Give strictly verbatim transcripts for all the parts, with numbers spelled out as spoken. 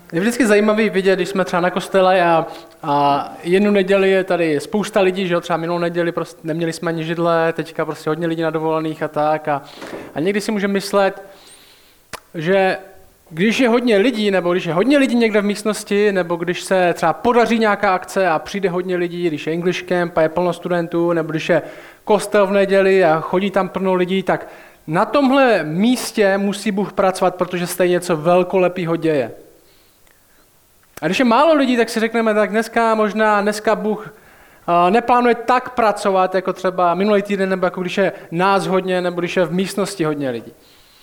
Je vždycky zajímavý vidět, když jsme třeba na kostele a, a jednu neděli je tady spousta lidí, že jo, třeba minulou neděli prostě neměli jsme ani židle, teďka prostě hodně lidí na dovolených a tak. A, a někdy si můžeme myslet, že když je hodně lidí, nebo když je hodně lidí někde v místnosti, nebo když se třeba podaří nějaká akce a přijde hodně lidí, když je English Camp a je plno studentů, nebo když je kostel v neděli a chodí tam plno lidí, tak na tomhle místě musí Bůh pracovat, protože se tady něco velkolepého děje. A když je málo lidí, tak si řekneme, tak dneska možná, dneska Bůh uh, neplánuje tak pracovat, jako třeba minulý týden, nebo jako když je nás hodně, nebo když je v místnosti hodně lidí.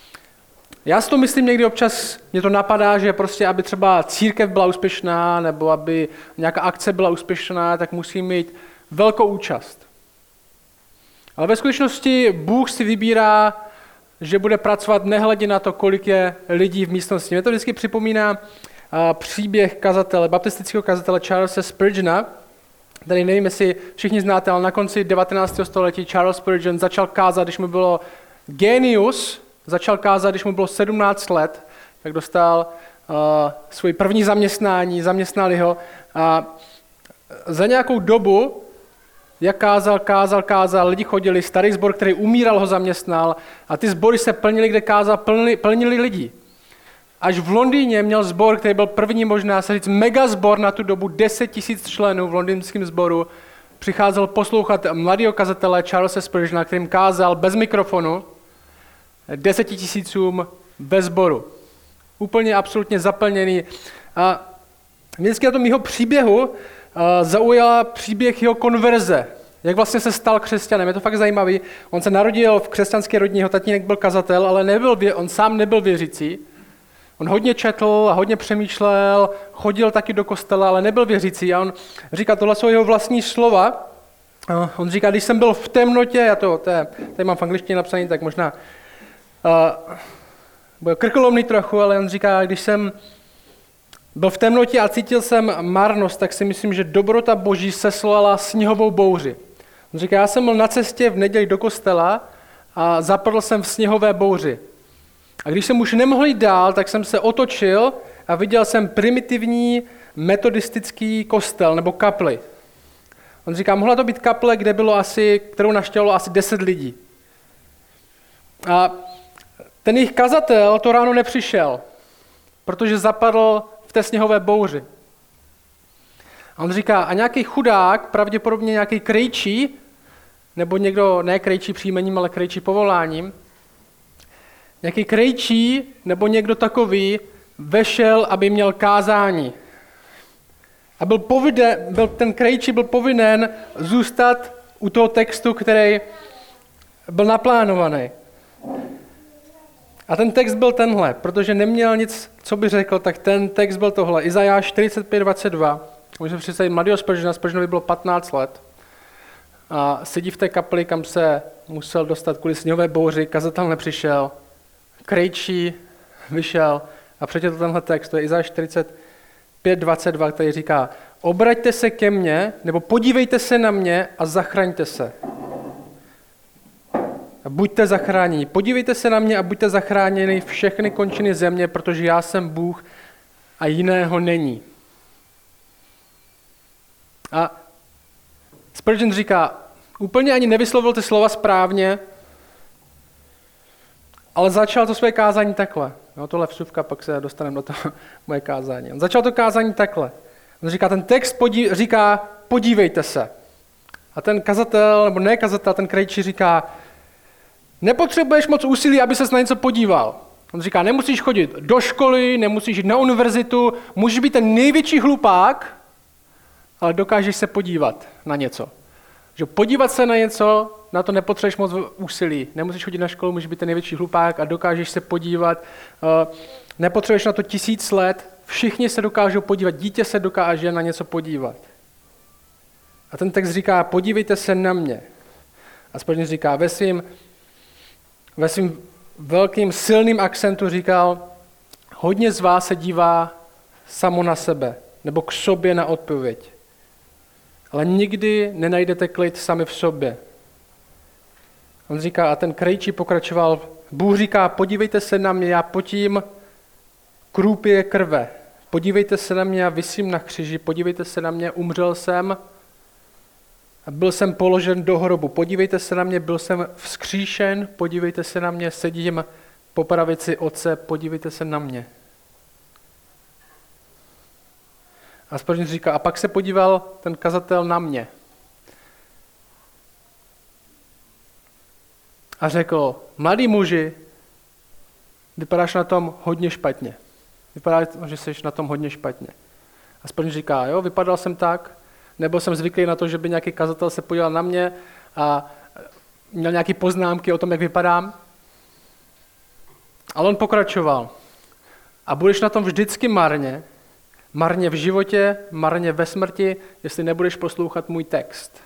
Já si to myslím někdy občas, mě to napadá, že prostě, aby třeba církev byla úspěšná, nebo aby nějaká akce byla úspěšná, tak musí mít velkou účast. Ale ve skutečnosti Bůh si vybírá, že bude pracovat nehledě na to, kolik je lidí v místnosti. Mě to vždycky připomíná příběh kazatele, baptistického kazatele Charlesa Spurgeona, který nevím, jestli všichni znáte, ale na konci devatenáctého století Charles Spurgeon začal kázat, když mu bylo genius, začal kázat, když mu bylo sedmnáct let, tak dostal uh, svůj první zaměstnání, zaměstnali ho a za nějakou dobu, jak kázal, kázal, kázal, lidi chodili, starý sbor, který umíral, ho zaměstnal a ty sbory se plnili, kde kázal, plnili, plnili lidi. Až v Londýně měl sbor, který byl první možná se říct mega sbor na tu dobu, deset tisíc členů v londýnském sboru, přicházel poslouchat mladého kazatele Charlesa Spurgeona, kterým kázal bez mikrofonu deseti tisícům bez sboru. Úplně absolutně zaplněný. A vždycky na tom jeho příběhu uh, zaujala příběh jeho konverze. Jak vlastně se stal křesťanem. Je to fakt zajímavý. On se narodil v křesťanské rodině, jeho tatínek byl kazatel, ale nebyl, vě- on sám nebyl věřící. On hodně četl a hodně přemýšlel, chodil taky do kostela, ale nebyl věřící. A on říká, tohle jsou jeho vlastní slova. A on říká, když jsem byl v temnotě, já to, to je, tady mám v angličtině napsaný, tak možná uh, bude krkolomný trochu, ale on říká, když jsem byl v temnotě a cítil jsem marnost, tak si myslím, že dobrota Boží seslala sněhovou bouři. On říká, já jsem byl na cestě v neděli do kostela a zapadl jsem v sněhové bouři. A když jsem už nemohl jít dál, tak jsem se otočil a viděl jsem primitivní metodistický kostel nebo kapli. On říká, mohla to být kaple, kde bylo asi, kterou navštěvovalo asi deset lidí. A ten jejich kazatel to ráno nepřišel, protože zapadl v té sněhové bouři. A on říká, a nějaký chudák, pravděpodobně nějaký krejčí, nebo někdo, ne krejčí příjmením, ale krejčí povoláním, nějaký krejčí nebo někdo takový vešel, aby měl kázání. A byl povinen, byl, ten krejčí byl povinen zůstat u toho textu, který byl naplánovaný. A ten text byl tenhle, protože neměl nic, co by řekl, tak ten text byl tohle. Izajáš čtyřicet pět dvacet dva. Můžeme představit mladého Spurgeona, Spurgeonovi bylo patnáct let. A sedí v té kapli, kam se musel dostat kvůli sněhové bouři, kazatel nepřišel. Krejčí vyšel a přečetl tenhle text, to je Izajáš čtyřicet pět dvacet dva, který říká, obraťte se ke mně, nebo podívejte se na mě a zachraňte se. A buďte zachráněni. Podívejte se na mě a buďte zachráněni všechny končiny země, protože já jsem Bůh a jiného není. A Spurgeon říká, úplně ani nevyslovil ty slova správně, ale začal to své kázání takhle. No tohle vsuvka, pak se dostaneme do toho moje kázání. On začal to kázání takhle. On říká, ten text podí, říká, podívejte se. A ten kazatel, nebo ne kazatel, ten krejčí říká, nepotřebuješ moc úsilí, aby ses na něco podíval. On říká, nemusíš chodit do školy, nemusíš jít na univerzitu, můžeš být ten největší hlupák, ale dokážeš se podívat na něco. Že podívat se na něco, na to nepotřebuješ moc úsilí. Nemusíš chodit na školu, můžeš být ten největší hlupák a dokážeš se podívat. Nepotřebuješ na to tisíc let, všichni se dokážou podívat, dítě se dokáže na něco podívat. A ten text říká, podívejte se na mě. A Spurgeon říká, ve svým, ve svým velkým silným akcentu říkal, hodně z vás se dívá samo na sebe, nebo k sobě na odpověď. Ale nikdy nenajdete klid sami v sobě. On říká, a ten krejčí pokračoval, Bůh říká, podívejte se na mě, já potím krůpě krve, podívejte se na mě, já visím na kříži, podívejte se na mě, umřel jsem a byl jsem položen do hrobu. Podívejte se na mě, byl jsem vzkříšen, podívejte se na mě, sedím po pravici Otce, podívejte se na mě. A Spurgeon říká, a pak se podíval ten kazatel na mě. A řekl, mladý muži, vypadáš na tom hodně špatně. Vypadá, že jsi na tom hodně špatně. A Spurgeon říká, jo, vypadal jsem tak, nebyl jsem zvyklý na to, že by nějaký kazatel se podíval na mě a měl nějaké poznámky o tom, jak vypadám. Ale on pokračoval. A budeš na tom vždycky marně, marně v životě, marně ve smrti, jestli nebudeš poslouchat můj text.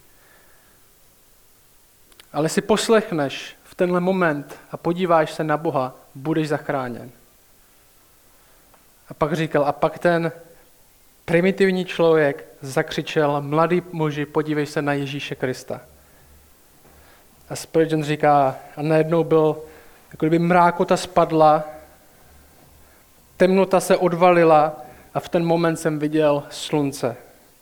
Ale si poslechneš v tenhle moment a podíváš se na Boha, budeš zachráněn. A pak říkal, a pak ten primitivní člověk zakřičel, mladý muži, podívej se na Ježíše Krista. A Spurgeon říká, a najednou byl, jako kdyby mrákota spadla, temnota se odvalila a v ten moment jsem viděl slunce.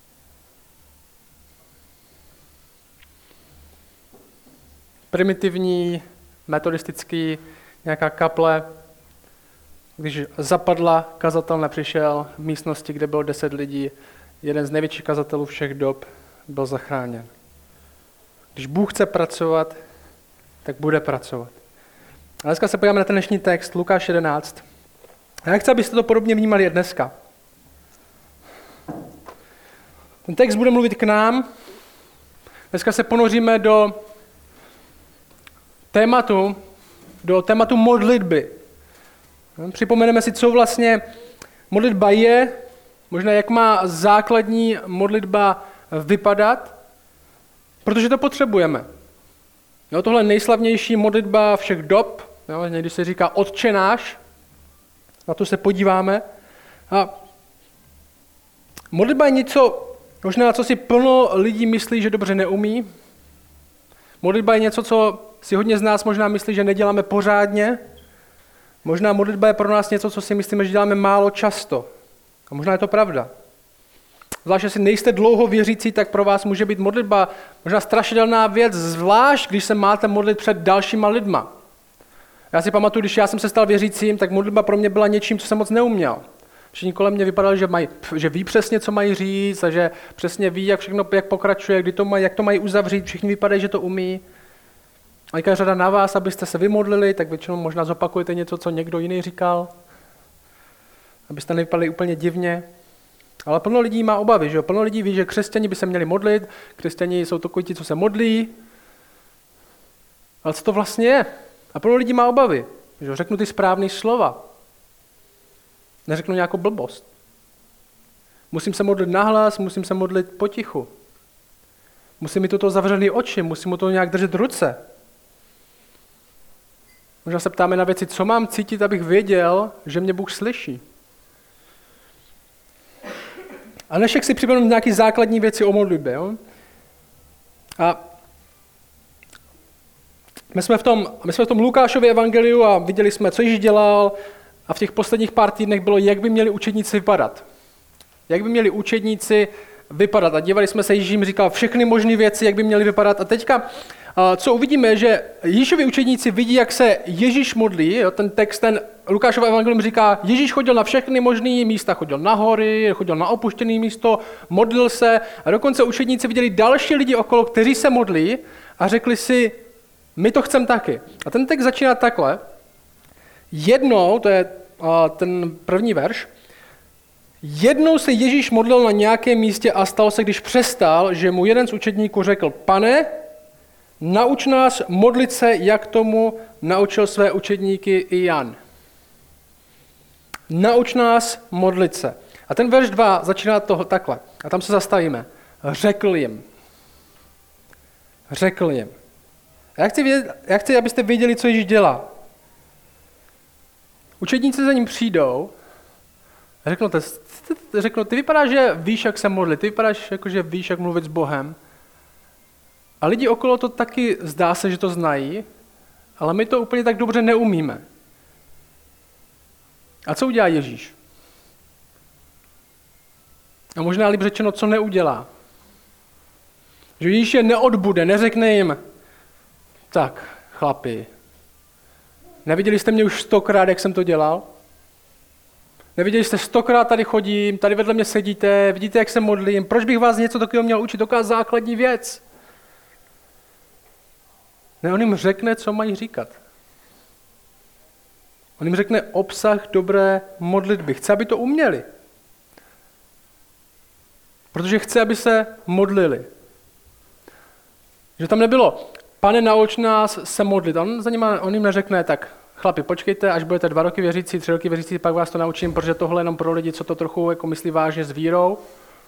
Primitivní, metodistický, nějaká kaple, když zapadla, kazatel nepřišel v místnosti, kde bylo deset lidí, jeden z největších kazatelů všech dob byl zachráněn. Když Bůh chce pracovat, tak bude pracovat. A dneska se podíváme na ten dnešní text, Lukáš jedenáct. A já chci, abyste to podobně vnímali i dneska. Ten text bude mluvit k nám. Dneska se ponoříme do tématu, do tématu modlitby. Připomeneme si, co vlastně modlitba je, možná jak má základní modlitba vypadat, protože to potřebujeme. Jo, tohle je nejslavnější modlitba všech dob, jo, někdy se říká Otče náš, na to se podíváme. A modlitba je něco, možná co si plno lidí myslí, že dobře neumí. Modlitba je něco, co si hodně z nás možná myslí, že neděláme pořádně. Možná modlitba je pro nás něco, co si myslíme, že děláme málo často. A možná je to pravda. Zvlášť, že si nejste dlouho věřící, tak pro vás může být modlitba možná strašidelná věc, zvlášť, když se máte modlit před dalšíma lidma. Já si pamatuju, když já jsem se stal věřícím, tak modlitba pro mě byla něčím, co jsem moc neuměl. Všichni kolem mě vypadali, že, mají, že ví přesně, co mají říct a že přesně ví, jak všechno jak pokračuje, kdy to mají, jak to mají uzavřít. Všichni vypadají, že to umí. A jaká je řada na vás, abyste se vymodlili, tak většinou možná zopakujete něco, co někdo jiný říkal, abyste nevypadali úplně divně. Ale plno lidí má obavy, že jo? Plno lidí ví, že křesťani by se měli modlit, křesťani jsou takoví ti, co se modlí. Ale co to vlastně je? A plno lidí má obavy, že jo? Řeknu ty správný slova. Neřeknu nějakou blbost. Musím se modlit nahlas, musím se modlit potichu. Musím mít toto zavřený oči, musím mu to nějak držet ruce. Možná se ptáme na věci, co mám cítit, abych věděl, že mě Bůh slyší. A dnešek si připomenu nějaké základní věci o modlitbě. Jo? A my jsme, v tom, my jsme v tom Lukášově evangeliu a viděli jsme, co Ježíš dělal a v těch posledních pár týdnech bylo, jak by měli učedníci vypadat. Jak by měli učedníci vypadat. A dívali jsme se, Ježíš jim říkal všechny možné věci, jak by měli vypadat. A teďka, co uvidíme, že Ježíšovi učedníci vidí, jak se Ježíš modlí. Jo? Ten text, ten Lukášov evangelium říká, Ježíš chodil na všechny možné místa, chodil na hory, chodil na opuštěné místo, modlil se a dokonce učedníci viděli další lidi okolo, kteří se modlí a řekli si, my to chceme taky. A ten text začíná takhle. Jednou, to je ten první verš, jednou se Ježíš modlil na nějakém místě a stalo se, když přestal, že mu jeden z učedníků řekl, Pane, nauč nás modlit se, jak tomu naučil své učedníky i Jan. Nauč nás modlit se. A ten verš dva začíná toho takhle. A tam se zastavíme. Řekl jim. Řekl jim. A já chci, vědět, já chci, abyste věděli, co Ježíš dělá. Učedníci za ním přijdou a řeknou, ty, řeknou, ty vypadáš, že víš, jak se modlit, ty vypadáš, jako, že víš, jak mluvit s Bohem. A lidi okolo to taky zdá se, že to znají, ale my to úplně tak dobře neumíme. A co udělá Ježíš? A možná líp řečeno, co neudělá. Že Ježíš je neodbude, neřekne jim, tak, chlapi, neviděli jste mě už stokrát, jak jsem to dělal? Neviděli jste stokrát tady chodím, tady vedle mě sedíte, vidíte, jak se modlím, proč bych vás něco takového měl učit, taková základní věc. Ne, on jim řekne, co mají říkat. On jim řekne obsah dobré modlitby. Chce, aby to uměli. Protože chce, aby se modlili. Že tam nebylo, Pane, nauč nás se modlit. On, za nima, on jim neřekne, tak chlapi, počkejte, až budete dva roky věřící, tři roky věřící, pak vás to naučím, protože tohle je jenom pro lidi, co to trochu jako myslí vážně s vírou.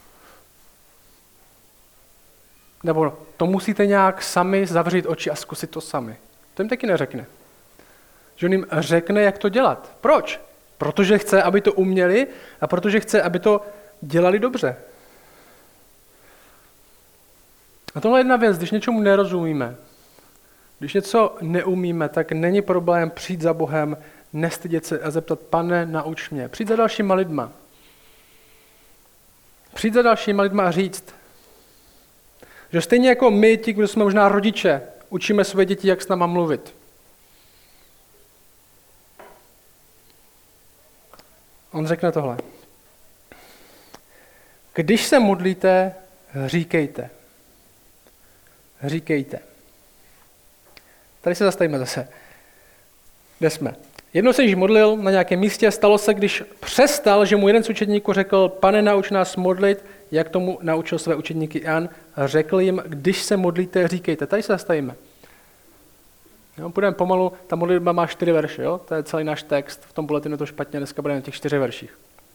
Nebo to musíte nějak sami zavřít oči a zkusit to sami. To jim taky neřekne. Že on jim řekne, jak to dělat. Proč? Protože chce, aby to uměli a protože chce, aby to dělali dobře. A tohle je jedna věc, když něčemu nerozumíme, když něco neumíme, tak není problém přijít za Bohem, nestydět se a zeptat, Pane, nauč mě. Přijít za dalšíma lidma. Přijít za dalšíma lidma a říct, že stejně jako my, ti, kdo jsme možná rodiče, učíme své děti, jak s náma mluvit. On řekne tohle. Když se modlíte, říkejte. Říkejte. Tady se zastavíme zase. Kde jsme? Jednou se již modlil na nějakém místě, stalo se, když přestal, že mu jeden z učedníků řekl, Pane, nauč nás modlit, jak tomu naučil své učedníky Jan, a řekl jim, když se modlíte, říkejte. Tady se zastavíme. Jo, půjdeme pomalu, ta modlitba má čtyři verše, jo? To je celý náš text, v tom bulletinu to špatně, dneska budeme na těch čtyři verších.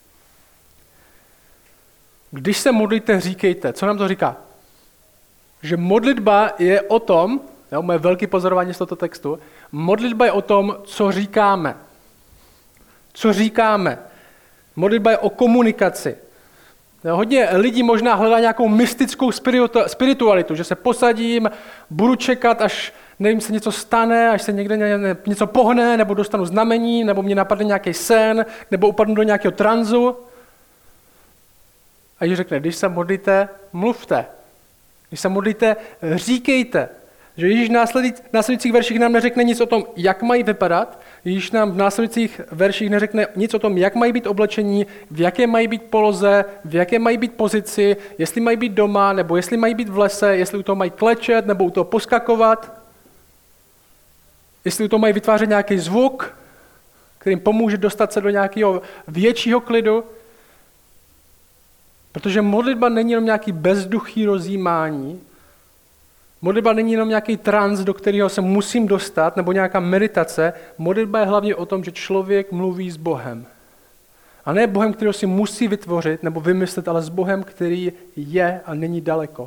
Když se modlíte, říkejte. Co nám to říká? Že modlitba je o tom, jo, moje velké pozorování z tohoto textu, modlitba je o tom, co říkáme. Co říkáme. Modlitba je o komunikaci. Jo, hodně lidí možná hledá nějakou mystickou spiritualitu, že se posadím, budu čekat, až nevím, se něco stane, až se někde něco pohne, nebo dostanu znamení, nebo mě napadne nějaký sen, nebo upadnu do nějakého tranzu. A Ježíš řekne, když se modlíte, mluvte. Když se modlíte, říkejte. Že Ježíš v následujících verších nám neřekne nic o tom, jak mají vypadat. Ježíš nám v následujících verších neřekne nic o tom, jak mají být oblečení, v jaké mají být poloze, v jaké mají být pozici, jestli mají být doma, nebo jestli mají být v lese, jestli u toho mají klečet, nebo u toho poskakovat. Jestli u toho mají vytvářet nějaký zvuk, kterým pomůže dostat se do nějakého většího klidu. Protože modlitba není jenom nějaký bezduchý rozjímání, modlitba není jenom nějaký trans, do kterého se musím dostat, nebo nějaká meditace. Modlitba je hlavně o tom, že člověk mluví s Bohem. A ne Bohem, kterého si musí vytvořit nebo vymyslet, ale s Bohem, který je a není daleko.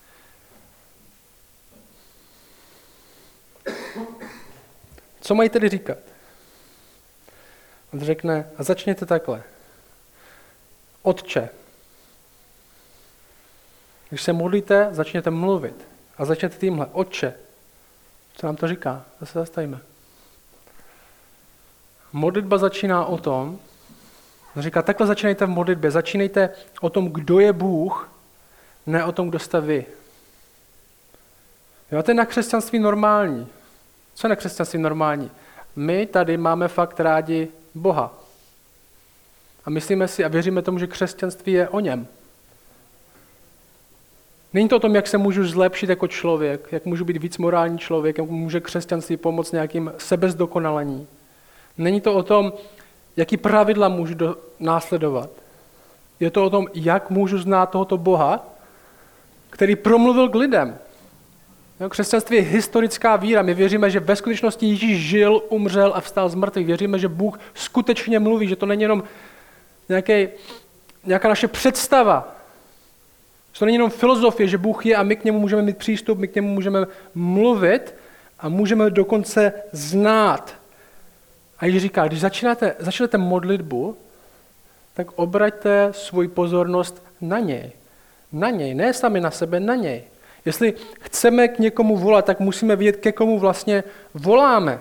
Co mají tedy říkat? On řekne, a začněte takhle. Otče. Když se modlíte, začněte mluvit. A začněte tímhle. Otče. Co nám to říká? Zase zastavíme. Modlitba začíná o tom, on říká, takhle začínejte v modlitbě. Začínejte o tom, kdo je Bůh, ne o tom, kdo jste vy. Jo, to je na křesťanství normální. Co je na křesťanství normální? My tady máme fakt rádi Boha. A myslíme si a věříme tomu, že křesťanství je o něm. Není to o tom, jak se můžu zlepšit jako člověk, jak můžu být víc morální člověk, jak může křesťanství pomoct nějakým sebezdokonalení. Není to o tom, jaký pravidla můžu do, následovat. Je to o tom, jak můžu znát tohoto Boha, který promluvil k lidem. Jo, křesťanství je historická víra. My věříme, že ve skutečnosti Ježíš žil, umřel a vstal z mrtvých. Věříme, že Bůh skutečně mluví, že to není jenom nějaký, nějaká naše představa. Že to není jenom filozofie, že Bůh je a my k němu můžeme mít přístup, my k němu můžeme mluvit a můžeme dokonce znát. A Ježíš říká, když začínáte, začnete modlitbu, tak obraťte svou pozornost na něj. Na něj, ne sami na sebe, na něj. Jestli chceme k někomu volat, tak musíme vědět, ke komu vlastně voláme.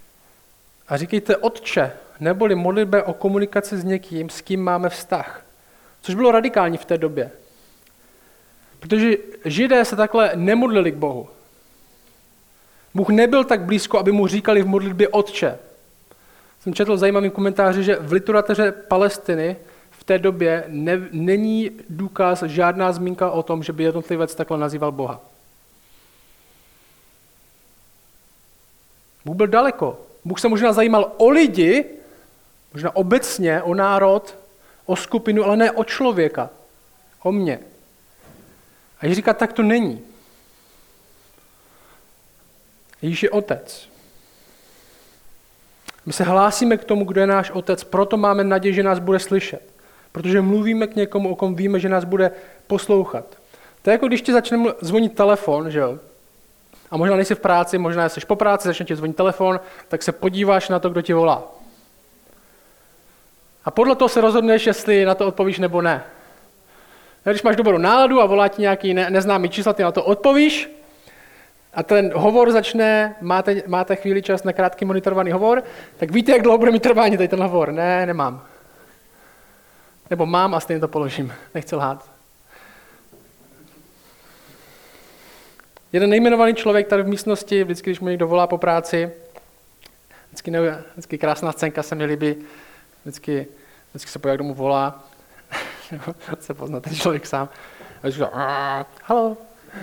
A říkejte Otče, neboli modlitba o komunikaci s někým, s kým máme vztah. Což bylo radikální v té době. Protože Židé se takhle nemodlili k Bohu. Bůh nebyl tak blízko, aby mu říkali v modlitbě Otče. Jsem četl v zajímavém komentáři, že v literatuře Palestiny v té době ne, není důkaz, žádná zmínka o tom, že by jednotlivec takhle nazýval Boha. Bůh byl daleko. Bůh se možná zajímal o lidi, možná obecně, o národ, o skupinu, ale ne o člověka, o mě. A Ježíš říká, tak to není. Ježíš je otec. My se hlásíme k tomu, kdo je náš otec, proto máme naději, že nás bude slyšet. Protože mluvíme k někomu, o kom víme, že nás bude poslouchat. To je jako když ti začne zvonit telefon, že jo? A možná nejsi v práci, možná jsi po práci, začne ti zvonit telefon, tak se podíváš na to, kdo ti volá. A podle toho se rozhodneš, jestli na to odpovíš nebo ne. Když máš dobrou náladu a volá ti nějaký ne, neznámý číslo, ty na to odpovíš a ten hovor začne, máte, máte chvíli čas na krátký monitorovaný hovor, tak víte, jak dlouho bude mít trvání tady ten hovor? Ne, nemám. Nebo mám a stejně to položím. Nechci lhát. Jeden nejmenovaný člověk tady v místnosti, vždycky, když mu někdo volá po práci, vždycky, ne, vždycky krásná scénka se mi líbí, vždycky, vždycky se pojí, kdo mu volá, se pozná ten člověk sám. A vždycky říká, halo.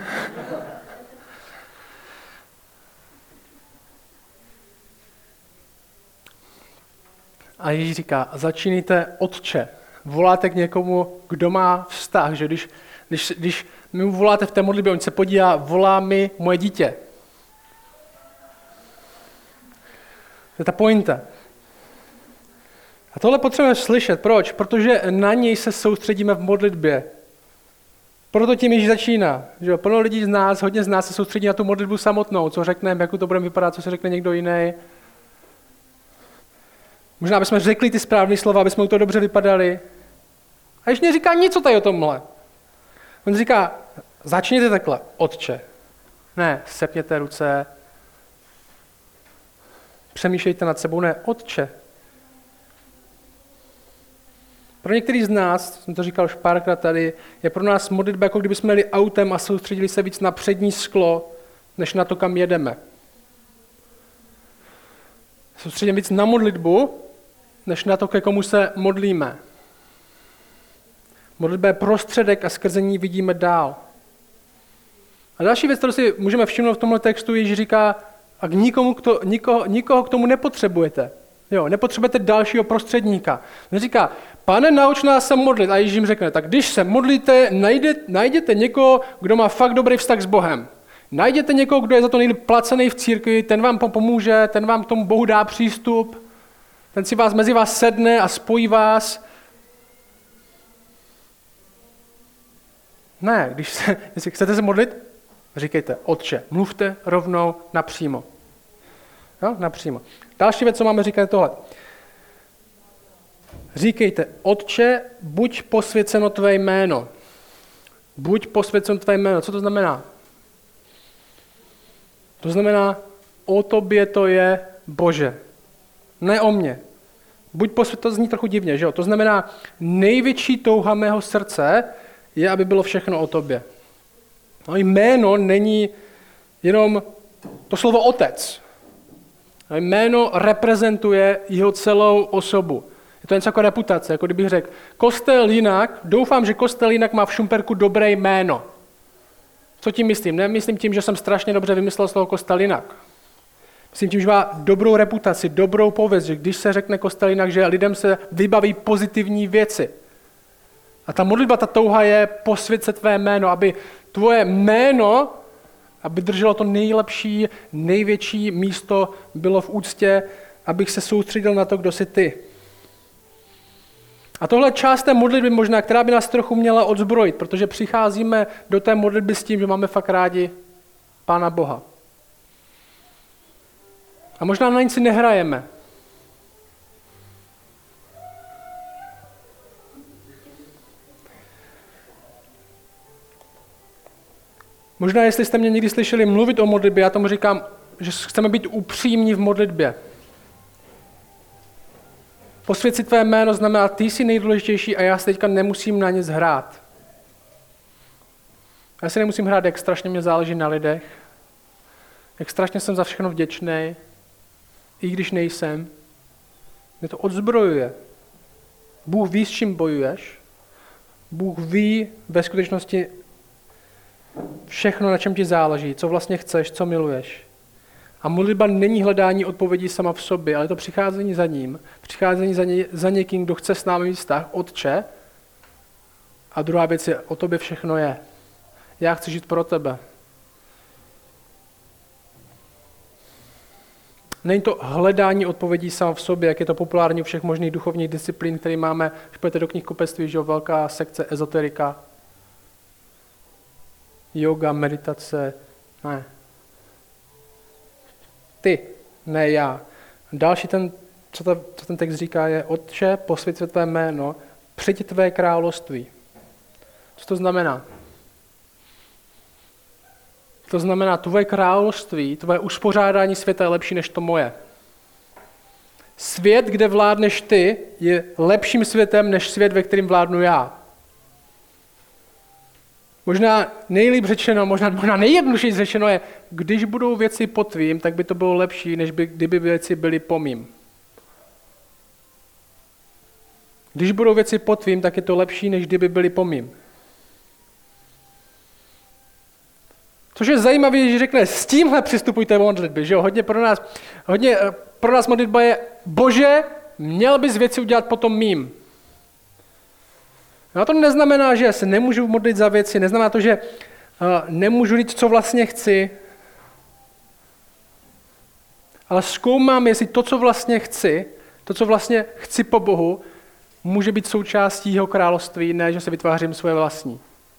A Ježíš říká, začínejte Otče. Voláte k někomu, kdo má vztah, že když, když, když mi mu voláte v té modlitbě, on se podívá, volá mi moje dítě. To je ta pointa. A tohle potřebujeme slyšet. Proč? Protože na něj se soustředíme v modlitbě. Proto tím Ježíš začíná. Že plno lidí z nás, hodně z nás se soustředí na tu modlitbu samotnou, co řekneme, jak to bude vypadat, co se řekne někdo jiný. Možná bychom řekli ty správné slova, aby jsme u toho dobře vypadali. A Ježíš neříká nic o tady o tomhle. On říká, začněte takhle, Otče. Ne, sepněte ruce, přemýšlejte nad sebou, ne, Otče. Pro některý z nás, jsem to říkal už párkrát tady, je pro nás modlitba, jako kdybychom jeli autem a soustředili se víc na přední sklo, než na to, kam jedeme. Soustředíme víc na modlitbu, než na to, ke komu se modlíme. Modlitba je prostředek a skrze ní vidíme dál. A další věc, kterou si můžeme všimnout v tomhle textu, Ježíš říká, a k nikomu, kdo, nikoho, nikoho k tomu nepotřebujete. Jo, nepotřebujete dalšího prostředníka. On říká, Pane, nauč nás se modlit. A Ježíš jim řekne, tak když se modlíte, najde, najděte někoho, kdo má fakt dobrý vztah s Bohem. Najděte někoho, kdo je za to nejlíp placený v církvi, ten vám pomůže, ten vám k tomu Bohu dá přístup, ten si vás mezi vás sedne a spojí vás. Ne, když se, jestli chcete se modlit, říkejte, Otče, mluvte rovnou napřímo. Jo, napřímo. Další věc, co máme říkat, je tohle. Říkejte, Otče, buď posvěceno tvé jméno. Buď posvěceno tvé jméno. Co to znamená? To znamená, o tobě to je, Bože. Ne o mně. Buď posvěceno, to zní trochu divně, že jo? To znamená, největší touha mého srdce je, aby bylo všechno o tobě. No, jméno není jenom to slovo otec. No, jméno reprezentuje jeho celou osobu. Je to něco jako reputace, jako kdybych řekl, Kostel Jinak, doufám, že Kostel Jinak má v Šumperku dobré jméno. Co tím myslím? Nemyslím tím, že jsem strašně dobře vymyslel slovo Kostel Jinak. Myslím tím, že má dobrou reputaci, dobrou pověst, že když se řekne Kostel Jinak, že lidem se vybaví pozitivní věci. A ta modlitba, ta touha je posvět se tvé jméno, aby tvoje jméno, aby drželo to nejlepší, největší místo, bylo v úctě, abych se soustředil na to, kdo jsi ty. A tohle část té modlitby možná, která by nás trochu měla odzbrojit, protože přicházíme do té modlitby s tím, že máme fakt rádi Pána Boha. A možná na nic si nehrajeme. Možná, jestli jste mě někdy slyšeli mluvit o modlitbě, já tomu říkám, že chceme být upřímní v modlitbě. Posvěť si tvé jméno znamená, ty jsi nejdůležitější a já se teďka nemusím na nic hrát. Já si nemusím hrát, jak strašně mě záleží na lidech, jak strašně jsem za všechno vděčný, i když nejsem. Mě to odzbrojuje. Bůh ví, s čím bojuješ. Bůh ví ve skutečnosti všechno, na čem ti záleží, co vlastně chceš, co miluješ. A modlitba není hledání odpovědí sama v sobě, ale je to přicházení za ním, přicházení za, ně, za někým, kdo chce s námi mít vztah, Otče. A druhá věc je, o tobě všechno je. Já chci žít pro tebe. Není to hledání odpovědí sám v sobě, jak je to populární u všech možných duchovních disciplín, které máme, když půjdete do knihkupectví, že jo, velká sekce ezoterika, yoga, meditace, ne. Ty, ne já. Další ten, co, ta, co ten text říká, je Otče, posvěť se tvé jméno, přijď tvé království. Co to znamená? To znamená, tvoje království, tvoje uspořádání světa je lepší než to moje. Svět, kde vládneš ty, je lepším světem než svět, ve kterém vládnu já. Možná nejlíp řečeno, možná, možná nejjednodušší řečeno je, když budou věci pod tvým, tak by to bylo lepší, než by, kdyby věci byly po mým. Když budou věci pod tvým, tak je to lepší, než kdyby byly po mým. Což je zajímavé, že řekne, s tímhle přistupujte modlitby, že jo? Hodně pro nás, hodně pro nás modlitba je, Bože, měl bys věci udělat potom mým. No to neznamená, že se nemůžu modlit za věci, neznamená to, že uh, nemůžu říct, co vlastně chci, ale zkoumám, jestli to, co vlastně chci, to, co vlastně chci po Bohu, může být součástí jeho království, ne, že se vytvářím svoje vlastní.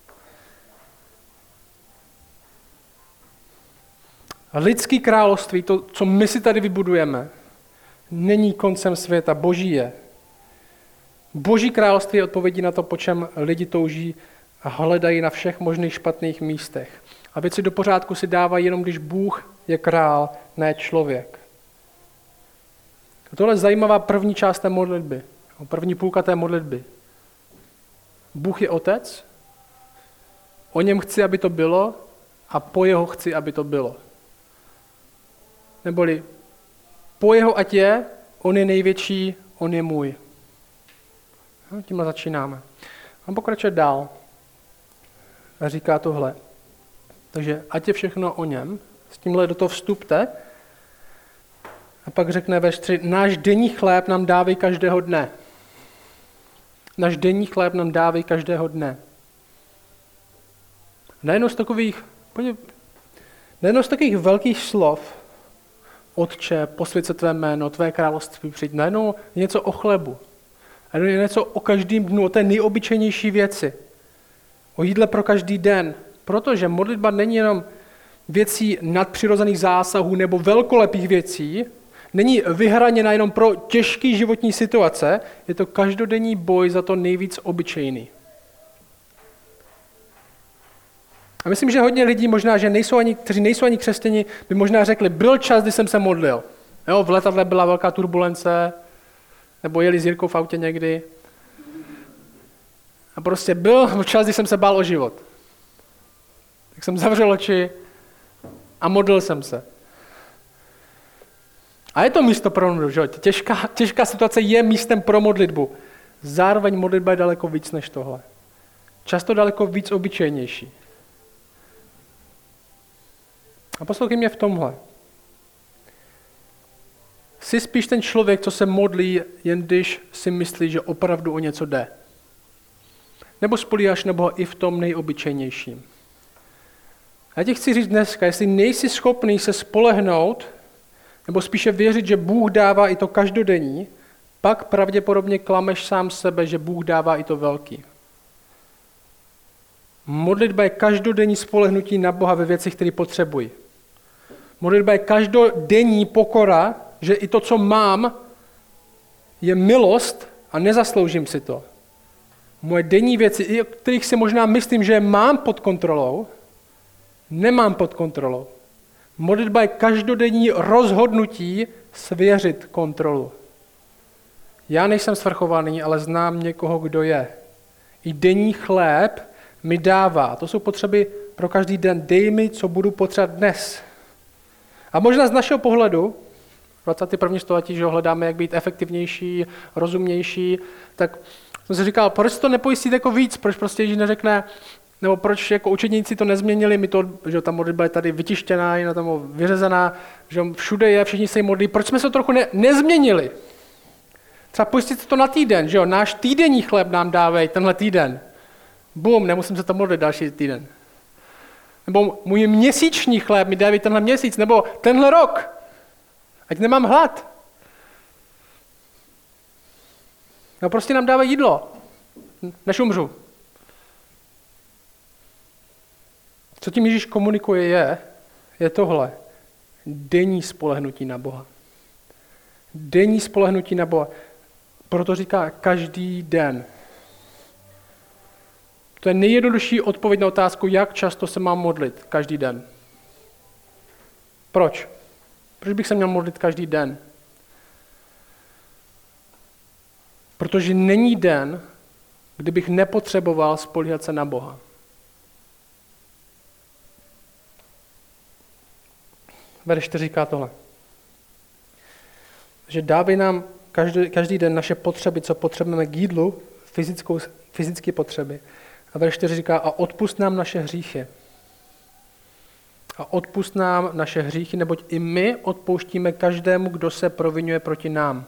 A lidský království, to, co my si tady vybudujeme, není koncem světa, Boží je. Boží království je odpovědí na to, po čem lidi touží a hledají na všech možných špatných místech. A věci do pořádku si dávají jenom, když Bůh je král, ne člověk. A tohle je zajímavá první část té modlitby, první půlka té modlitby. Bůh je otec, o něm chci, aby to bylo, a po jeho chci, aby to bylo. Neboli po jeho ať je, on je největší, on je můj. No, tímhle začínáme. A pokračuje dál. A říká tohle. Takže ať je všechno o něm, s tímhle do toho vstupte. A pak řekne verš tři, náš denní chléb nám dávej každého dne. Náš denní chléb nám dávej každého dne. Najednou z takových, najednou z takových velkých slov, Otče, posvěť se tvé jméno, tvé království přijď, najednou něco o chlebu. A je něco o každém dnu, o té nejobyčejnější věci. O jídle pro každý den. Protože modlitba není jenom věcí nadpřirozených zásahů nebo velkolepých věcí, není vyhraněna jenom pro těžké životní situace, je to každodenní boj za to nejvíc obyčejný. A myslím, že hodně lidí, možná, že nejsou ani, kteří nejsou ani křesťani, by možná řekli, byl čas, kdy jsem se modlil. Jo, v letadle byla velká turbulence, nebo jeli s Jirkou v autě někdy. A prostě byl čas, kdy jsem se bál o život. Tak jsem zavřel oči a modlil jsem se. A je to místo pro modlitbu, že? Těžká, těžká situace je místem pro modlitbu. Zároveň modlitba je daleko víc než tohle. Často daleko víc obyčejnější. A poslouchej mě v tomhle. Jsi spíš ten člověk, co se modlí, jen když si myslí, že opravdu o něco jde. Nebo spolíháš nebo i v tom nejobyčejnějším. A já ti chci říct dneska, jestli nejsi schopný se spolehnout, nebo spíše věřit, že Bůh dává i to každodenní, pak pravděpodobně klameš sám sebe, že Bůh dává i to velký. Modlitba je každodenní spolehnutí na Boha ve věcech, které potřebuji. Modlitba je každodenní pokora, že i to, co mám, je milost a nezasloužím si to. Moje denní věci, i o kterých si možná myslím, že je mám pod kontrolou, nemám pod kontrolou. Modlitba je každodenní rozhodnutí svěřit kontrolu. Já nejsem svrchovaný, ale znám někoho, kdo je. I denní chléb mi dává. To jsou potřeby pro každý den. Dej mi, co budu potřebovat dnes. A možná z našeho pohledu, dvacátém prvním století, že hledáme, jak být efektivnější, rozumnější, tak jsem si říkal, proč to nepojistit jako víc, proč prostě Ježíš neřekne, nebo proč jako učedníci to nezměnili, my to, že ta modlitba je tady vytištěná, je tam vyřezaná, že všude je, všichni se jí modlí, proč jsme se to trochu ne, nezměnili? Třeba pojistit to na týden, že jo, náš týdenní chléb nám dávej tenhle týden. Bum, nemusím se to modlit další týden. Nebo můj měsíční chléb mi dávej tenhle měsíc, nebo tenhle rok. Ať nemám hlad. No prostě nám dávají jídlo, než umřu. Co tím Ježíš komunikuje je, je tohle. Denní spolehnutí na Boha. Denní spolehnutí na Boha. Proto říká každý den. To je nejjednodušší odpověď na otázku, jak často se mám modlit každý den. Proč? Proč bych se měl modlit každý den? Protože není den, kdybych nepotřeboval spolíhat se na Boha. Verš čtyři říká tohle. Že dávej nám každý, každý den naše potřeby, co potřebujeme k jídlu, fyzickou, fyzické potřeby. A verš čtyři říká, a odpusť nám naše hříchy. A odpusť nám naše hříchy, neboť i my odpouštíme každému, kdo se provinuje proti nám.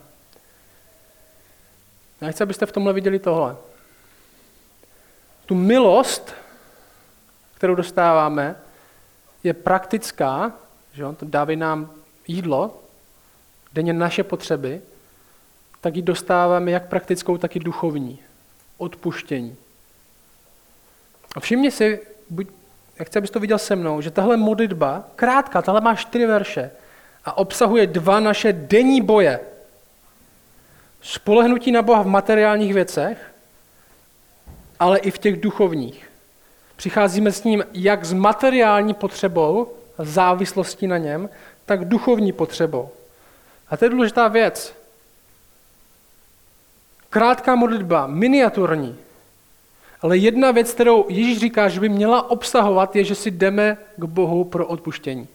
Já chci, abyste v tomhle viděli tohle. Tu milost, kterou dostáváme, je praktická, že on dává nám jídlo, denně naše potřeby, tak ji dostáváme jak praktickou, tak i duchovní. Odpuštění. A všimni si, buď, já chci, abys to viděl se mnou, že tahle modlitba, krátká, tahle má čtyři verše a obsahuje dva naše denní boje. Spolehnutí na Boha v materiálních věcech, ale i v těch duchovních. Přicházíme s ním jak s materiální potřebou, závislostí na něm, tak duchovní potřebou. A to je důležitá věc. Krátká modlitba, miniaturní. Ale jedna věc, kterou Ježíš říká, že by měla obsahovat, je, že si jdeme k Bohu pro odpuštění.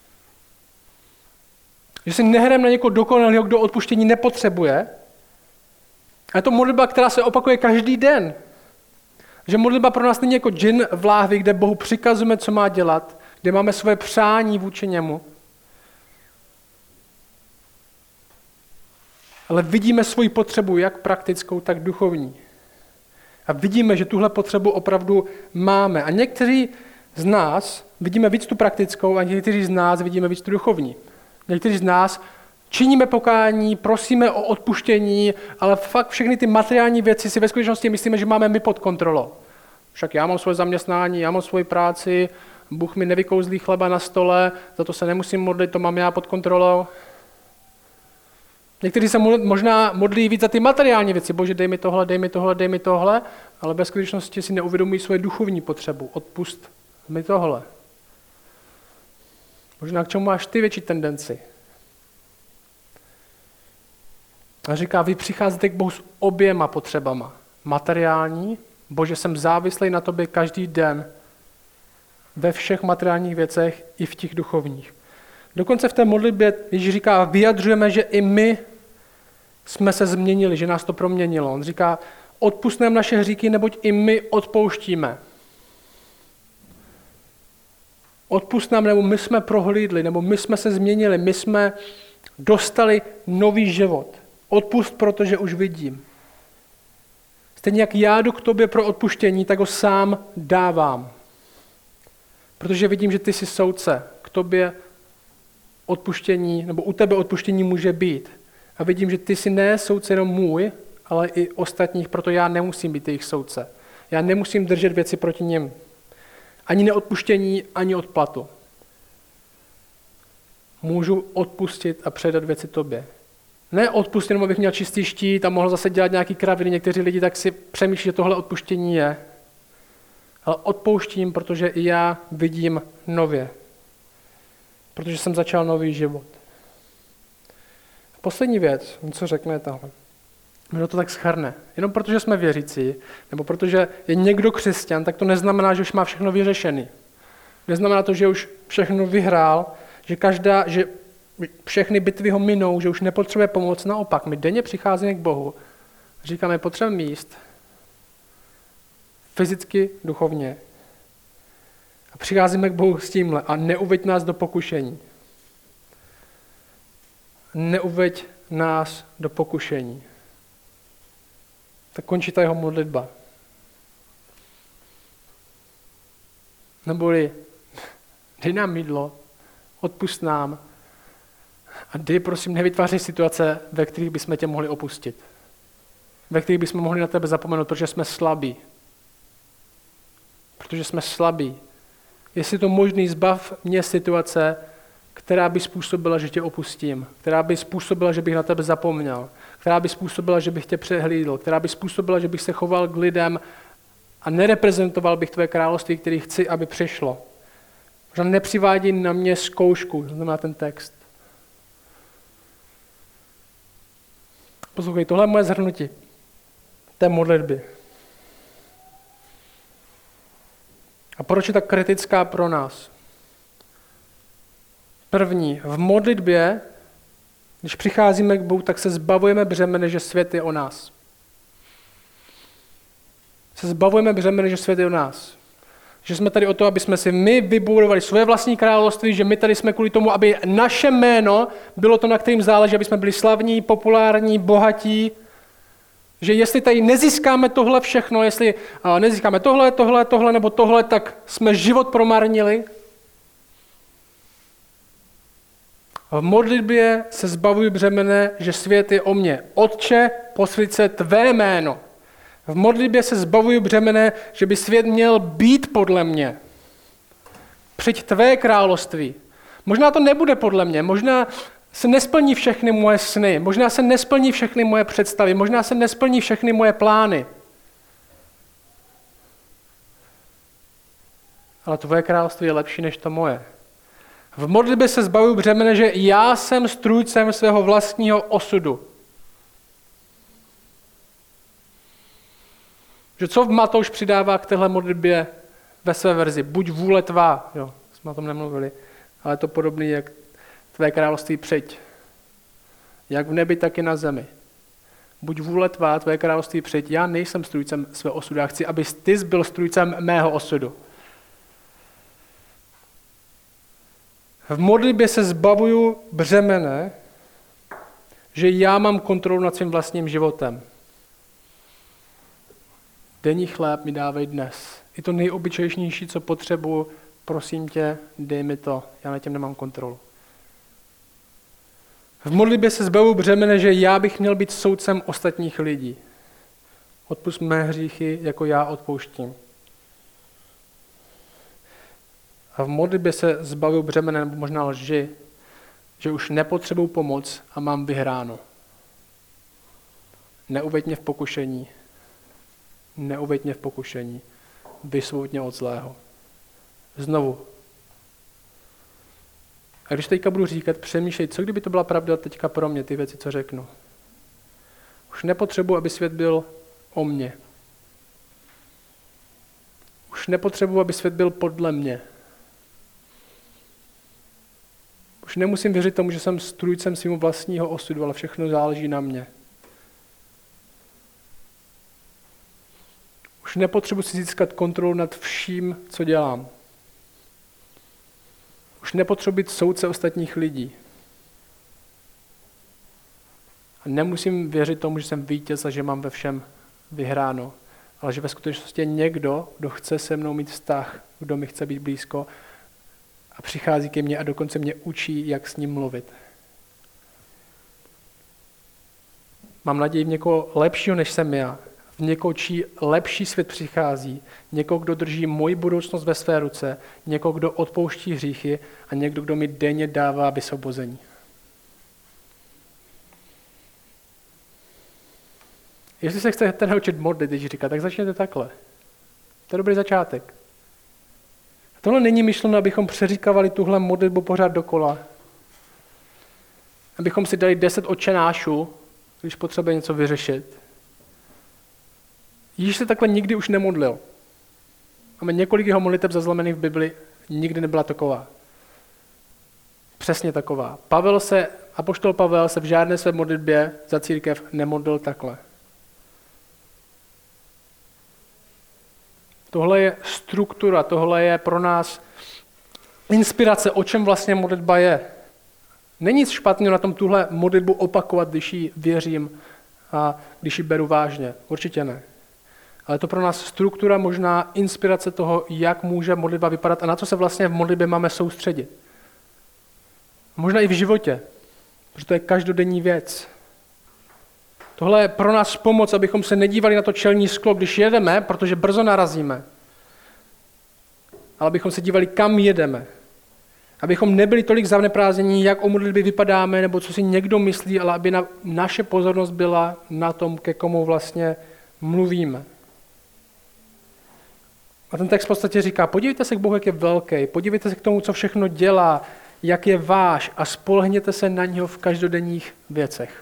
Že si nehrajeme na někoho dokonalého, kdo odpuštění nepotřebuje. A je to modlitba, která se opakuje každý den. Že modlitba pro nás není jako džin v láhvi, kde Bohu přikazujeme, co má dělat, kde máme svoje přání vůči němu. Ale vidíme svoji potřebu, jak praktickou, tak duchovní. A vidíme, že tuhle potřebu opravdu máme. A někteří z nás vidíme víc tu praktickou a někteří z nás vidíme víc tu duchovní. Někteří z nás činíme pokání, prosíme o odpuštění, ale fakt všechny ty materiální věci si ve skutečnosti myslíme, že máme my pod kontrolou. Však já mám svoje zaměstnání, já mám svoji práci, Bůh mi nevykouzlí chleba na stole, za to se nemusím modlit, to mám já pod kontrolou. Někteří se možná modlí víc za ty materiální věci. Bože, dej mi tohle, dej mi tohle, dej mi tohle, ale ve skutečnosti si neuvědomují svoje duchovní potřebu. Odpust mi tohle. Možná k čemu máš ty větší tendenci? A říká, vy přicházíte k Bohu s oběma potřebama. Materiální, Bože, jsem závislý na tobě každý den ve všech materiálních věcech i v těch duchovních. Dokonce v té modlitbě Ježíš říká, vyjadřujeme, že i my jsme se změnili, že nás to proměnilo. On říká, odpusť nám naše hříchy, neboť i my odpouštíme. Odpusť nám, nebo my jsme prohlídli, nebo my jsme se změnili, my jsme dostali nový život. Odpusť, protože už vidím. Stejně jak já jdu k tobě pro odpuštění, tak ho sám dávám. Protože vidím, že ty jsi soudce. K tobě odpuštění, nebo u tebe odpuštění může být. A vidím, že ty jsi ne soudce jenom můj, ale i ostatních, proto já nemusím být jejich soudce. Já nemusím držet věci proti nim. Ani neodpuštění, ani odplatu. Můžu odpustit a předat věci tobě. Ne odpustit, jenom abych měl čistý štít a mohl zase dělat nějaký kraviny. Někteří lidi tak si přemýšlí, že tohle odpuštění je. Ale odpouštím, protože i já vidím nově. Protože jsem začal nový život. Poslední věc, co řekne tahle. Kdo to tak schrne. Jenom protože jsme věřící, nebo protože je někdo křesťan, tak to neznamená, že už má všechno vyřešený. Neznamená to, že už všechno vyhrál, že každá, že všechny bitvy ho minou, že už nepotřebuje pomoc. Naopak, my denně přicházíme k Bohu. Říkáme, potřebujeme míst, fyzicky, duchovně. A přicházíme k Bohu s tímhle a neuveď nás do pokušení. Neuveď nás do pokušení. Tak končí ta jeho modlitba. Neboli dej nám jídlo, odpusť nám a dej prosím nevytvářej situace, ve kterých bychom tě mohli opustit. Ve kterých bychom mohli na tebe zapomenout, protože jsme slabí. Protože jsme slabí. Jestli to možný, zbav mě situace, která by způsobila, že tě opustím, která by způsobila, že bych na tebe zapomněl, která by způsobila, že bych tě přehlídl, která by způsobila, že bych se choval k lidem a nereprezentoval bych tvé království, který chci, aby přišlo. Možná nepřivádí na mě zkoušku, to znamená ten text. Poslouchej, tohle je moje shrnutí té modlitby. A proč je tak kritická pro nás? První, v modlitbě, když přicházíme k Bohu, tak se zbavujeme břemene, že svět je o nás. Se zbavujeme břemene, že svět je o nás. Že jsme tady o to, aby jsme si my vybudovali svoje vlastní království, že my tady jsme kvůli tomu, aby naše jméno bylo to, na kterým záleží, aby jsme byli slavní, populární, bohatí. Že jestli tady nezískáme tohle všechno, jestli nezískáme tohle, tohle, tohle nebo tohle, tak jsme život promarnili. V modlitbě se zbavuji břemene, že svět je o mně. Otče, posvěť se tvé jméno. V modlitbě se zbavuji břemene, že by svět měl být podle mě. Přijď tvé království. Možná to nebude podle mě, možná se nesplní všechny moje sny, možná se nesplní všechny moje představy, možná se nesplní všechny moje plány. Ale tvoje království je lepší než to moje. V modlitbě se zbavuji břemene, že já jsem strůjcem svého vlastního osudu. Že co v Matouš přidává k téhle modlitbě ve své verzi? Buď vůle tvá. Jo, jsme o tom nemluvili. Ale je to podobný, jak tvé království přijď. Jak v nebi, tak i na zemi. Buď vůle tvá, tvé království přijď. Já nejsem strůjcem svého osudu. Já chci, abys ty byl strůjcem mého osudu. V modlitbě se zbavuju břemene, že já mám kontrolu nad svým vlastním životem. Denní chléb mi dávej dnes. I to nejobyčejnější, co potřebuji, prosím tě, dej mi to. Já na tím nemám kontrolu. V modlitbě se zbavuju břemene, že já bych měl být soudcem ostatních lidí. Odpusť mé hříchy, jako já odpouštím. A v modlitbě se zbavuju břemene, nebo možná lži, že už nepotřebuju pomoc a mám vyhráno. Neuveď mě v pokušení. Neuveď mě v pokušení. Vysvoboď mě od zlého. Znovu. A když teďka budu říkat, přemýšlej, co kdyby to byla pravda teďka pro mě, ty věci, co řeknu. Už nepotřebuji, aby svět byl o mně. Už nepotřebuji, aby svět byl podle mě. Už nemusím věřit tomu, že jsem strůjcem svým vlastního osudu, ale všechno záleží na mě. Už nepotřebuji si získat kontrolu nad vším, co dělám. Už nepotřebuji být soudce ostatních lidí. A nemusím věřit tomu, že jsem vítěz a že mám ve všem vyhráno. Ale že ve skutečnosti je někdo, kdo chce se mnou mít vztah, kdo mi chce být blízko a přichází ke mně a dokonce mě učí, jak s ním mluvit. Mám naději v někoho lepšího, než jsem já. V někoho, čí lepší svět přichází. Někoho, kdo drží moji budoucnost ve své ruce. Někoho, kdo odpouští hříchy a někdo, kdo mi denně dává vysvobození. Jestli se chcete naučit modlit, když říká, tak začněte takhle. To je dobrý začátek. Tohle není myšleno, abychom přeříkávali tuhle modlitbu pořád dokola. Abychom si dali deset otčenášů, když potřebuje něco vyřešit. Ježíš se takhle nikdy už nemodlil. Máme několik jeho modliteb zaznamenaných v Bibli, nikdy nebyla taková. Přesně taková. Pavel se, apoštol Pavel se v žádné své modlitbě za církev nemodlil takhle. Tohle je struktura, tohle je pro nás inspirace, o čem vlastně modlitba je. Není nic špatného na tom tuhle modlitbu opakovat, když ji věřím a když ji beru vážně. Určitě ne. Ale to pro nás struktura, možná inspirace toho, jak může modlitba vypadat a na co se vlastně v modlitbě máme soustředit. Možná i v životě, protože to je každodenní věc. Tohle je pro nás pomoc, abychom se nedívali na to čelní sklo, když jedeme, protože brzo narazíme. Ale abychom se dívali, kam jedeme. Abychom nebyli tolik zaneprázdnění, jak o modlitbě vypadáme, nebo co si někdo myslí, ale aby na, naše pozornost byla na tom, ke komu vlastně mluvíme. A ten text v podstatě říká, podívejte se k Bohu, jak je velký, podívejte se k tomu, co všechno dělá, jak je váš a spolehněte se na něho v každodenních věcech.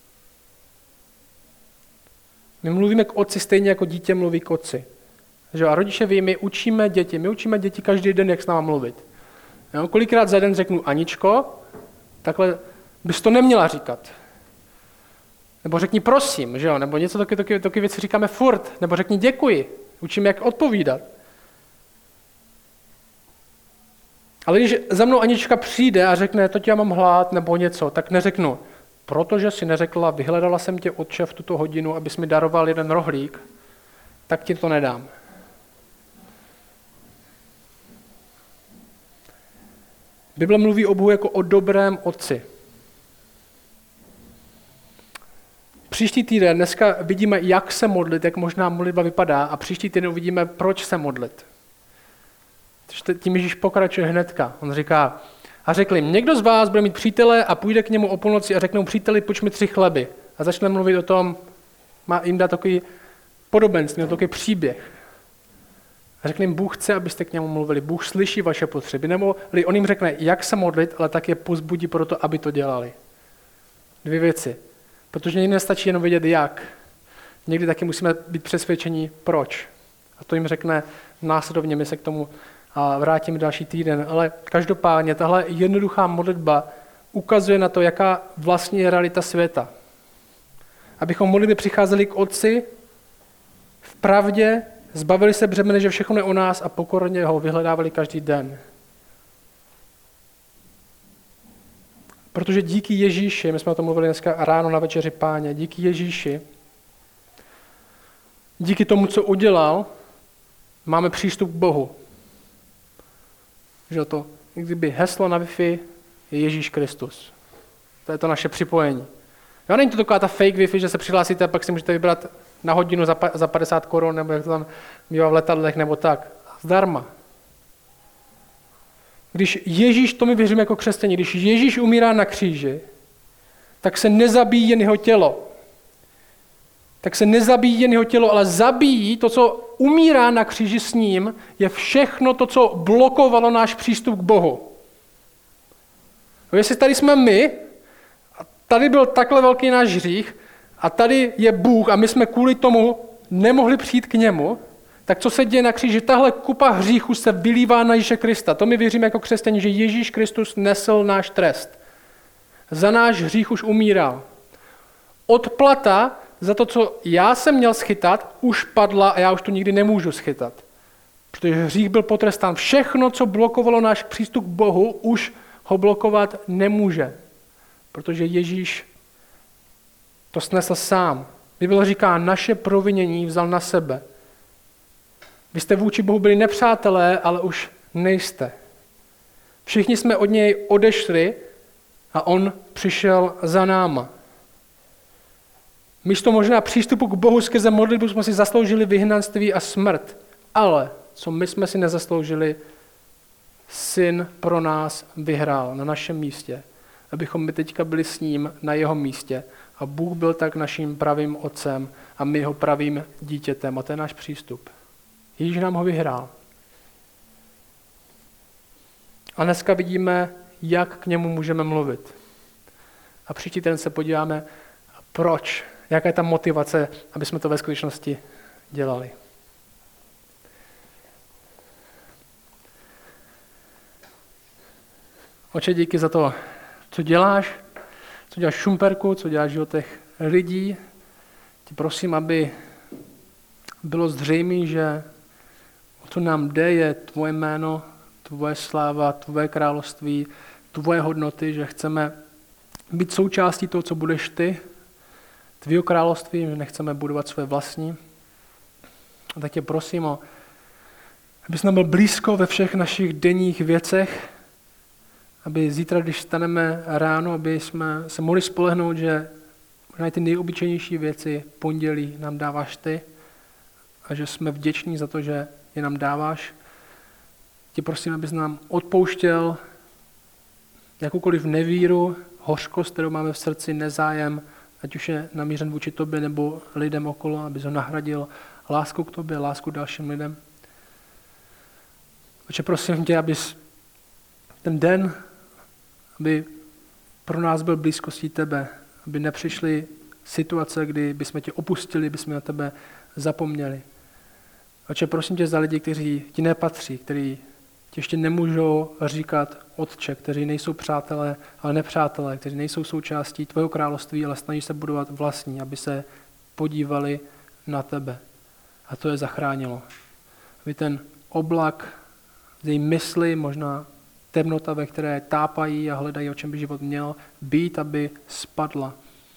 My mluvíme k otci stejně jako dítě mluví k otci. A rodiče ví, my učíme děti, my učíme děti každý den, jak s náma mluvit. Jo, kolikrát za den řeknu Aničko, takhle bys to neměla říkat. Nebo řekni prosím, že jo? Nebo něco takové, takové, takové věci říkáme furt. Nebo řekni děkuji, učíme, jak odpovídat. Ale když za mnou Anička přijde a řekne, to tě já mám hlad nebo něco, tak neřeknu, protože si neřekla, vyhledala jsem tě, otče, v tuto hodinu, abys mi daroval jeden rohlík, tak ti to nedám. Bible mluví o Bohu jako o dobrém otci. Příští týden, dneska vidíme, jak se modlit, jak možná modlitba vypadá a příští týden uvidíme, proč se modlit. Tím Ježíš pokračuje hnedka. On říká, a řekl jim, někdo z vás bude mít přítele a půjde k němu o půlnoci a řeknou příteli, pojď mi tři chleby. A začne mluvit o tom, má jim dát takový podobenství, takový příběh. A řekne jim, Bůh chce, abyste k němu mluvili. Bůh slyší vaše potřeby. Nebo on jim řekne, jak se modlit, ale tak je povzbudí pro to, aby to dělali. Dvě věci. Protože někdy nestačí jenom vědět, jak. Někdy taky musíme být přesvědčení, proč. A to jim řekne následovně, my se k tomu vrátíme další týden. Ale každopádně tahle jednoduchá modlitba ukazuje na to, jaká vlastně je realita světa. Abychom modlitbě přicházeli k Otci v pravdě, zbavili se břemene, že všechno je o nás a pokorně ho vyhledávali každý den. Protože díky Ježíši, my jsme o tom mluvili dneska ráno na večeři Páně, díky Ježíši, díky tomu, co udělal, máme přístup k Bohu. Že to, kdyby heslo na Wi-Fi je Ježíš Kristus. To je to naše připojení. Jo, není to taková ta fake Wi-Fi, že se přihlásíte a pak si můžete vybrat na hodinu za, za padesát korun, nebo jak to tam bývá v letadlech, nebo tak. Zdarma. Když Ježíš, to my věříme jako křesťané, když Ježíš umírá na kříži, tak se nezabíjí jen jeho tělo. Tak se nezabíjí jen jeho tělo, ale zabíjí to, co umírá na kříži s ním, je všechno to, co blokovalo náš přístup k Bohu. Jestli tady jsme my, a tady byl takhle velký náš hřích, a tady je Bůh a my jsme kvůli tomu nemohli přijít k němu, tak co se děje na kříži? Tahle kupa hříchu se vylívá na Ježíše Krista. To my věříme jako křesťané, že Ježíš Kristus nesl náš trest. Za náš hřích už umíral. Odplata za to, co já jsem měl schytat, už padla a já už to nikdy nemůžu schytat. Protože hřích byl potrestán. Všechno, co blokovalo náš přístup k Bohu, už ho blokovat nemůže. Protože Ježíš to snesl sám. Bible říká, naše provinění vzal na sebe. Vy jste vůči Bohu byli nepřátelé, ale už nejste. Všichni jsme od něj odešli a on přišel za náma. Místo možná přístupu k Bohu skrze modlitbu jsme si zasloužili vyhnanství a smrt. Ale co my jsme si nezasloužili, syn pro nás vyhrál na našem místě, abychom my teďka byli s ním na jeho místě. A Bůh byl tak naším pravým otcem a my jeho pravým dítětem. A to je náš přístup. Ježíš nám ho vyhrál. A dneska vidíme, jak k němu můžeme mluvit. A příští den se podíváme, proč, jaká je ta motivace, aby jsme to ve skutečnosti dělali. Oče, díky za to, co děláš, co děláš v Šumperku, co děláš v životech lidí. Ti prosím, aby bylo zřejmé, že o co nám jde, je tvoje jméno, tvoje sláva, tvoje království, tvoje hodnoty, že chceme být součástí toho, co budeš ty, tvýho království, že nechceme budovat své vlastní. A tak tě prosím, o, abys nám byl blízko ve všech našich denních věcech, aby zítra, když staneme ráno, aby jsme se mohli spolehnout, že možná ty nejobyčejnější věci pondělí nám dáváš ty a že jsme vděční za to, že je nám dáváš. Tě prosím, abys nám odpouštěl jakoukoliv nevíru, hořkost, kterou máme v srdci, nezájem, ať už je namířen vůči tobě nebo lidem okolo, abys ho nahradil láskou k tobě, láskou k dalším lidem. Oče, prosím tě, abys ten den, aby pro nás byl blízkostí tebe, aby nepřišly situace, kdy bychom tě opustili, bychom na tebe zapomněli. Oče, prosím tě za lidi, kteří ti nepatří, kteří ti ještě nemůžou říkat otče, kteří nejsou přátelé, ale nepřátelé, kteří nejsou součástí tvého království, ale snaží se budovat vlastní, aby se podívali na tebe. A to je zachránilo. Aby ten oblak z její mysli, možná temnota, ve které tápají a hledají, o čem by život měl být, aby spadla.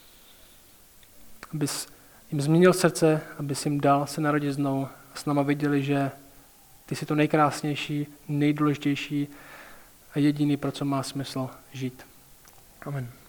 Abys jim změnil srdce, abys jim dal se narodit znovu. S náma viděli, že ty jsi to nejkrásnější, nejdůležitější a jediný, pro co má smysl žít. Amen.